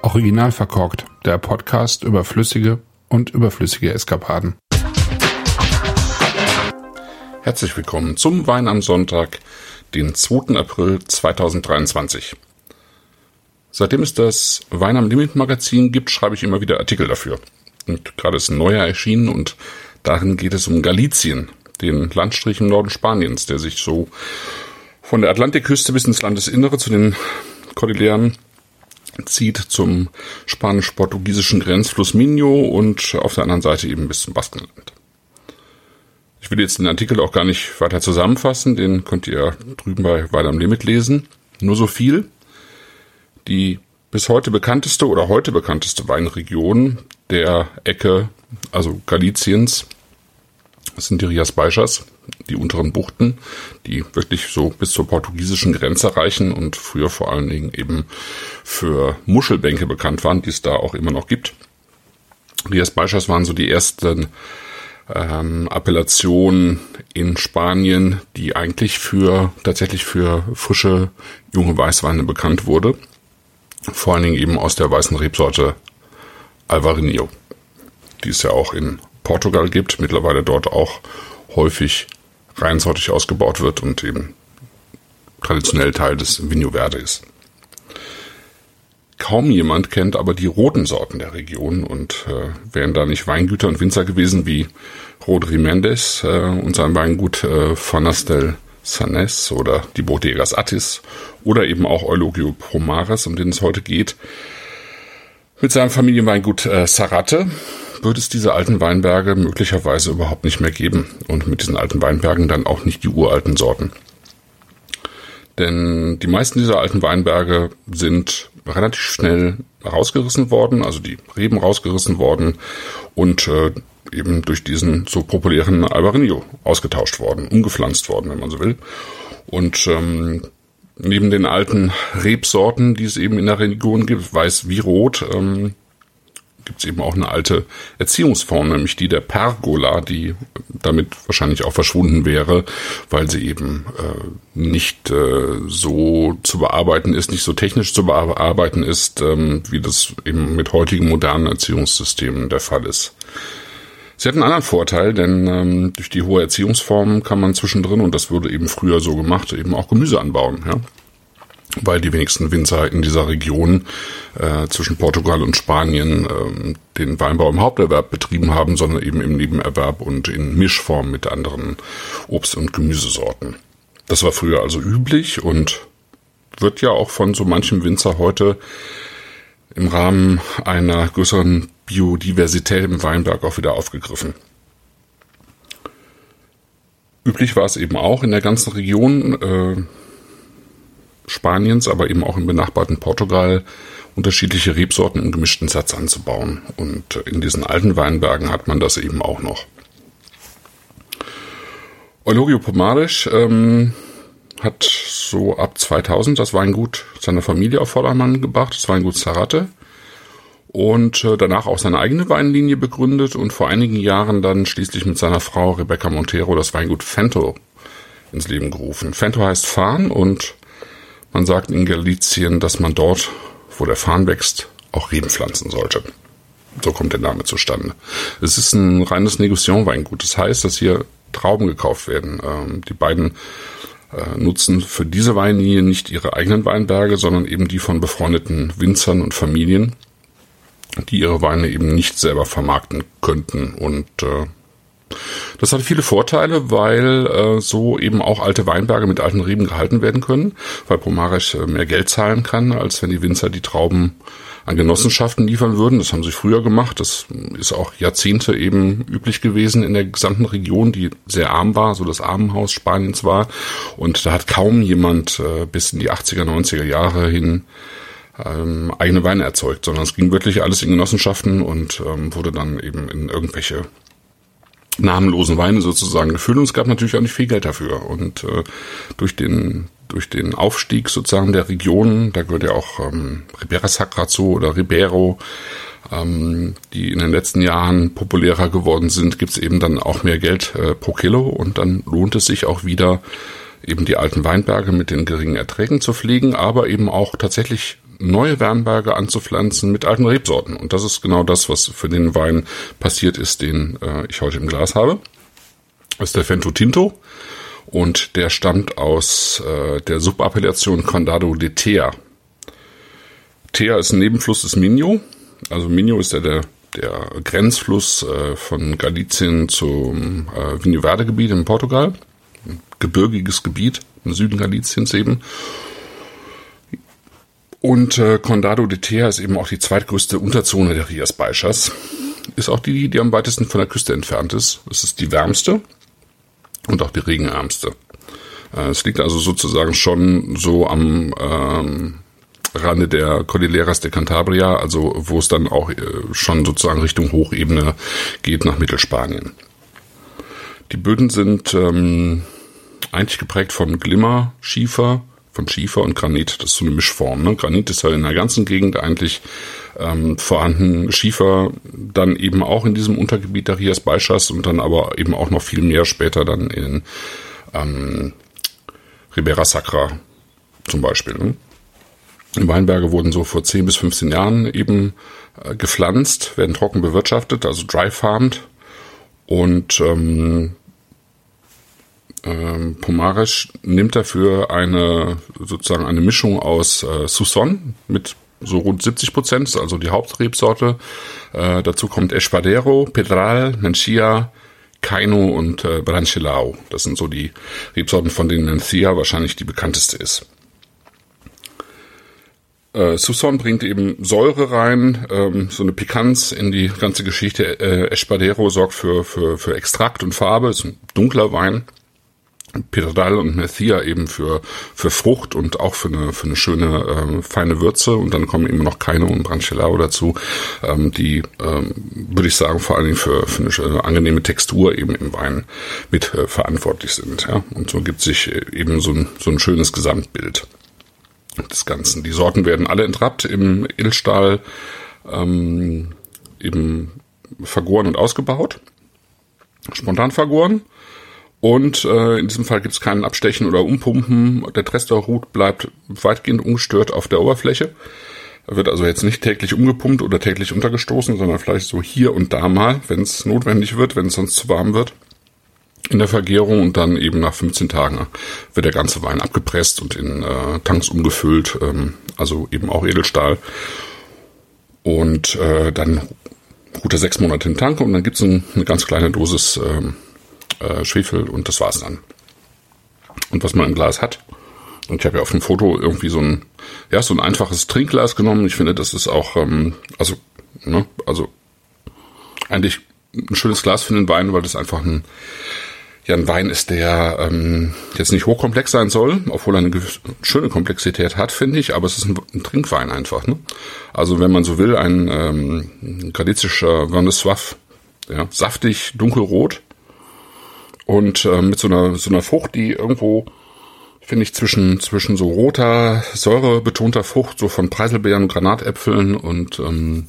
Original verkorkt, der Podcast über flüssige und überflüssige Eskapaden. Herzlich willkommen zum Wein am Sonntag, den 2. April 2023. Seitdem es das Wein am Limit Magazin gibt, schreibe ich immer wieder Artikel dafür. Und gerade ist ein neuer erschienen und darin geht es um Galicien, den Landstrich im Norden Spaniens, der sich so von der Atlantikküste bis ins Landesinnere zu den Kordilleren zieht, zum spanisch-portugiesischen Grenzfluss Minho und auf der anderen Seite eben bis zum Baskenland. Ich will jetzt den Artikel auch gar nicht weiter zusammenfassen, den könnt ihr drüben bei Wein am Limit lesen. Nur so viel: die bis heute bekannteste Weinregion der Ecke, also Galiciens, das sind die Rías Baixas, die unteren Buchten, die wirklich so bis zur portugiesischen Grenze reichen und früher vor allen Dingen eben für Muschelbänke bekannt waren, die es da auch immer noch gibt. Rías Baixas waren so die ersten Appellationen in Spanien, die eigentlich tatsächlich für frische junge Weißweine bekannt wurde. Vor allen Dingen eben aus der weißen Rebsorte Alvarinho, die es ja auch in Portugal gibt, mittlerweile dort auch häufig reinsortig ausgebaut wird und eben traditionell Teil des Vinho Verde ist. Kaum jemand kennt aber die roten Sorten der Region und wären da nicht Weingüter und Winzer gewesen wie Rodri Mendes und sein Weingut Fornas del Sanés oder die Bodegas Attis oder eben auch Eulogio Pomares, um den es heute geht. Mit seinem Familienweingut Zarate würde es diese alten Weinberge möglicherweise überhaupt nicht mehr geben und mit diesen alten Weinbergen dann auch nicht die uralten Sorten. Denn die meisten dieser alten Weinberge sind relativ schnell rausgerissen worden, also die Reben rausgerissen worden und eben durch diesen so populären Alvarinho ausgetauscht worden, umgepflanzt worden, wenn man so will. Und neben den alten Rebsorten, die es eben in der Region gibt, weiß wie rot, gibt es eben auch eine alte Erziehungsform, nämlich die der Pergola, die damit wahrscheinlich auch verschwunden wäre, weil sie eben nicht so zu bearbeiten ist, nicht so technisch zu bearbeiten ist, wie das eben mit heutigen modernen Erziehungssystemen der Fall ist. Sie hat einen anderen Vorteil, denn durch die hohe Erziehungsform kann man zwischendrin, und das wurde eben früher so gemacht, eben auch Gemüse anbauen, ja? Weil die wenigsten Winzer in dieser Region zwischen Portugal und Spanien den Weinbau im Haupterwerb betrieben haben, sondern eben im Nebenerwerb und in Mischform mit anderen Obst- und Gemüsesorten. Das war früher also üblich und wird ja auch von so manchem Winzer heute im Rahmen einer größeren Biodiversität im Weinberg auch wieder aufgegriffen. Üblich war es eben auch in der ganzen Region Spaniens, aber eben auch im benachbarten Portugal, unterschiedliche Rebsorten im gemischten Satz anzubauen. Und in diesen alten Weinbergen hat man das eben auch noch. Eulogio Pomares hat so ab 2000 das Weingut seiner Familie auf Vordermann gebracht, das Weingut Zarate, und danach auch seine eigene Weinlinie begründet und vor einigen Jahren dann schließlich mit seiner Frau Rebecca Montero das Weingut Fento ins Leben gerufen. Fento heißt Farn und man sagt in Galicien, dass man dort, wo der Farn wächst, auch Reben pflanzen sollte. So kommt der Name zustande. Es ist ein reines Negociant-Weingut. Das heißt, dass hier Trauben gekauft werden. Die beiden nutzen für diese Weinlinie nicht ihre eigenen Weinberge, sondern eben die von befreundeten Winzern und Familien, die ihre Weine eben nicht selber vermarkten könnten. Und das hat viele Vorteile, weil so eben auch alte Weinberge mit alten Reben gehalten werden können, weil Pomares mehr Geld zahlen kann, als wenn die Winzer die Trauben an Genossenschaften liefern würden. Das haben sie früher gemacht. Das ist auch Jahrzehnte eben üblich gewesen in der gesamten Region, die sehr arm war, so das Armenhaus Spaniens war. Und da hat kaum jemand bis in die 80er, 90er Jahre hin eigene Weine erzeugt, sondern es ging wirklich alles in Genossenschaften und wurde dann eben in irgendwelche namenlosen Weine sozusagen gefüllt, und es gab natürlich auch nicht viel Geld dafür. Und durch den Aufstieg sozusagen der Region, da gehört ja auch Ribera Sacra zu oder Ribeiro, die in den letzten Jahren populärer geworden sind, gibt es eben dann auch mehr Geld pro Kilo, und dann lohnt es sich auch wieder, eben die alten Weinberge mit den geringen Erträgen zu pflegen, aber eben auch tatsächlich neue Weinberge anzupflanzen mit alten Rebsorten. Und das ist genau das, was für den Wein passiert ist, den ich heute im Glas habe. Das ist der Vento Tinto und der stammt aus der Subappellation Condado de Tea. Tea ist ein Nebenfluss des Minho. Also Minho ist der Grenzfluss von Galicien zum Vinho Verde Gebiet in Portugal. Ein gebirgiges Gebiet im Süden Galiciens eben. Und Condado de Tea ist eben auch die zweitgrößte Unterzone der Rias Baixas. Ist auch die am weitesten von der Küste entfernt ist. Es ist die wärmste und auch die regenärmste. Es liegt also sozusagen schon so am Rande der Cordilleras de Cantabria, also wo es dann auch schon sozusagen Richtung Hochebene geht nach Mittelspanien. Die Böden sind eigentlich geprägt von Glimmerschiefer, von Schiefer und Granit. Das ist so eine Mischform. Ne? Granit ist ja in der ganzen Gegend eigentlich vorhanden. Schiefer dann eben auch in diesem Untergebiet der Rias Baixas und dann aber eben auch noch viel mehr später dann in Ribera Sacra zum Beispiel. Ne? Die Weinberge wurden so vor 10 bis 15 Jahren eben gepflanzt, werden trocken bewirtschaftet, also dry farmed. Und Pomares nimmt dafür eine Mischung aus Sousson mit so rund 70%, also die Hauptrebsorte. Dazu kommt Espadero, Pedral, Menchia, Caino und Branchelao. Das sind so die Rebsorten, von denen Mencia wahrscheinlich die bekannteste ist. Sousson bringt eben Säure rein, so eine Pikanz in die ganze Geschichte. Espadero sorgt für Extrakt und Farbe, ist ein dunkler Wein. Pedral und Mencia eben für Frucht und auch für eine schöne feine Würze. Und dann kommen eben noch Caino und Branchelao dazu, die würde ich sagen vor allen Dingen für eine angenehme Textur eben im Wein mit verantwortlich sind. Ja? Und so gibt sich eben so ein schönes Gesamtbild des Ganzen. Die Sorten werden alle entrappt im Edelstahl eben vergoren und ausgebaut, spontan vergoren. Und in diesem Fall gibt es keinen Abstechen oder Umpumpen. Der Tresterhut bleibt weitgehend ungestört auf der Oberfläche. Er wird also jetzt nicht täglich umgepumpt oder täglich untergestoßen, sondern vielleicht so hier und da mal, wenn es notwendig wird, wenn es sonst zu warm wird in der Vergärung. Und dann eben nach 15 Tagen wird der ganze Wein abgepresst und in Tanks umgefüllt, also eben auch Edelstahl. Und dann ruht er 6 Monate in den Tank und dann gibt es eine ganz kleine Dosis Schwefel und das war's dann. Und was man im Glas hat, und ich habe ja auf dem Foto irgendwie so ein einfaches Trinkglas genommen. Ich finde, das ist auch, also eigentlich ein schönes Glas für den Wein, weil das einfach ein Wein ist, der jetzt nicht hochkomplex sein soll, obwohl er eine schöne Komplexität hat, finde ich, aber es ist ein Trinkwein einfach. Ne? Also wenn man so will, ein galizischer Vin de Soif, ja, saftig, dunkelrot, und mit so einer Frucht, die irgendwo, finde ich, zwischen so roter, säurebetonter Frucht, so von Preiselbeeren und Granatäpfeln und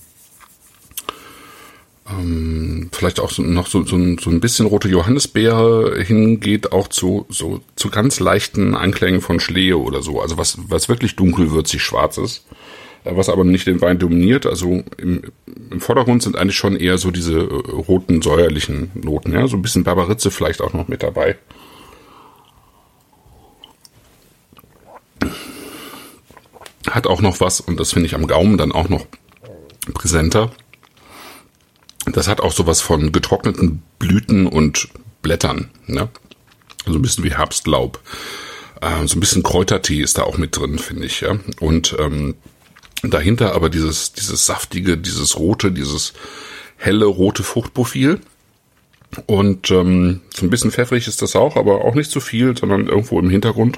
vielleicht auch noch so ein bisschen rote Johannisbeere hingeht, auch zu ganz leichten Anklängen von Schlehe oder so. Also was wirklich dunkelwürzig schwarz ist. Was aber nicht den Wein dominiert. Also im Vordergrund sind eigentlich schon eher so diese roten, säuerlichen Noten. Ja? So ein bisschen Barbarizze vielleicht auch noch mit dabei. Hat auch noch was, und das finde ich am Gaumen dann auch noch präsenter. Das hat auch sowas von getrockneten Blüten und Blättern. Ne? Also ein bisschen wie Herbstlaub. So ein bisschen Kräutertee ist da auch mit drin, finde ich. Ja? Und dahinter aber dieses saftige, dieses rote, dieses helle rote Fruchtprofil. Und so ein bisschen pfeffrig ist das auch, aber auch nicht zu viel, sondern irgendwo im Hintergrund.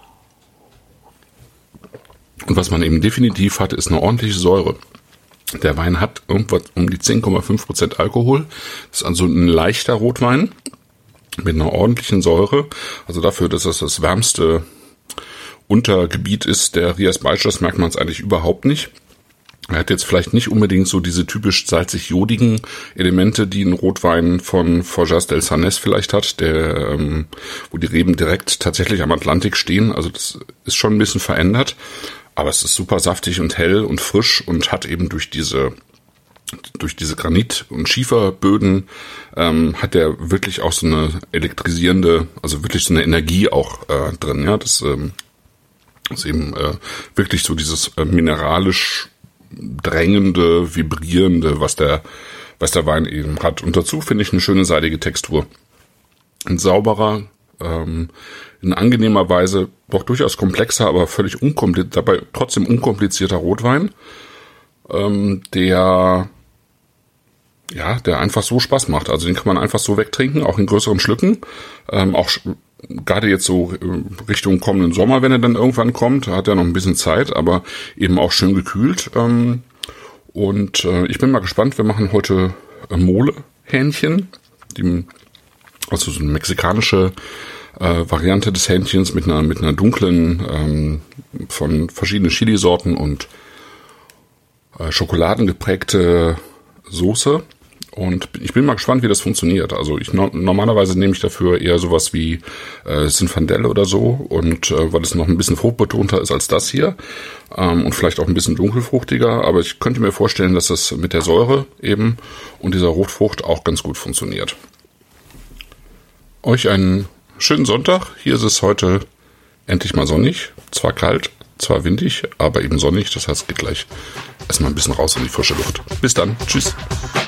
Und was man eben definitiv hat, ist eine ordentliche Säure. Der Wein hat irgendwas um die 10,5% Alkohol. Das ist also ein leichter Rotwein mit einer ordentlichen Säure. Also dafür, dass das wärmste Untergebiet ist der Rias Baixas, merkt man es eigentlich überhaupt nicht. Er hat jetzt vielleicht nicht unbedingt so diese typisch salzig-jodigen Elemente, die ein Rotwein von Forjas del Sarnés vielleicht hat, wo die Reben direkt tatsächlich am Atlantik stehen. Also das ist schon ein bisschen verändert. Aber es ist super saftig und hell und frisch und hat eben durch diese Granit- und Schieferböden hat der wirklich auch so eine elektrisierende, also wirklich so eine Energie auch drin. Ja, das ist eben wirklich so dieses mineralisch drängende, vibrierende, was der Wein eben hat. Und dazu finde ich eine schöne seidige Textur. Ein sauberer, in angenehmer Weise, doch durchaus komplexer, aber völlig dabei trotzdem unkomplizierter Rotwein, der einfach so Spaß macht. Also den kann man einfach so wegtrinken, auch in größeren Schlücken. Auch gerade jetzt so Richtung kommenden Sommer, wenn er dann irgendwann kommt, hat er noch ein bisschen Zeit, aber eben auch schön gekühlt. Und ich bin mal gespannt, wir machen heute Mole-Hähnchen, also so eine mexikanische Variante des Hähnchens mit einer dunklen, von verschiedenen Chilisorten und schokoladengeprägte Soße. Und ich bin mal gespannt, wie das funktioniert. Also normalerweise nehme ich dafür eher sowas wie Zinfandel oder so, und weil es noch ein bisschen fruchtbetonter ist als das hier und vielleicht auch ein bisschen dunkelfruchtiger. Aber ich könnte mir vorstellen, dass das mit der Säure eben und dieser Rotfrucht auch ganz gut funktioniert. Euch einen schönen Sonntag. Hier ist es heute endlich mal sonnig. Zwar kalt, zwar windig, aber eben sonnig. Das heißt, es geht gleich erstmal ein bisschen raus in die frische Luft. Bis dann. Tschüss.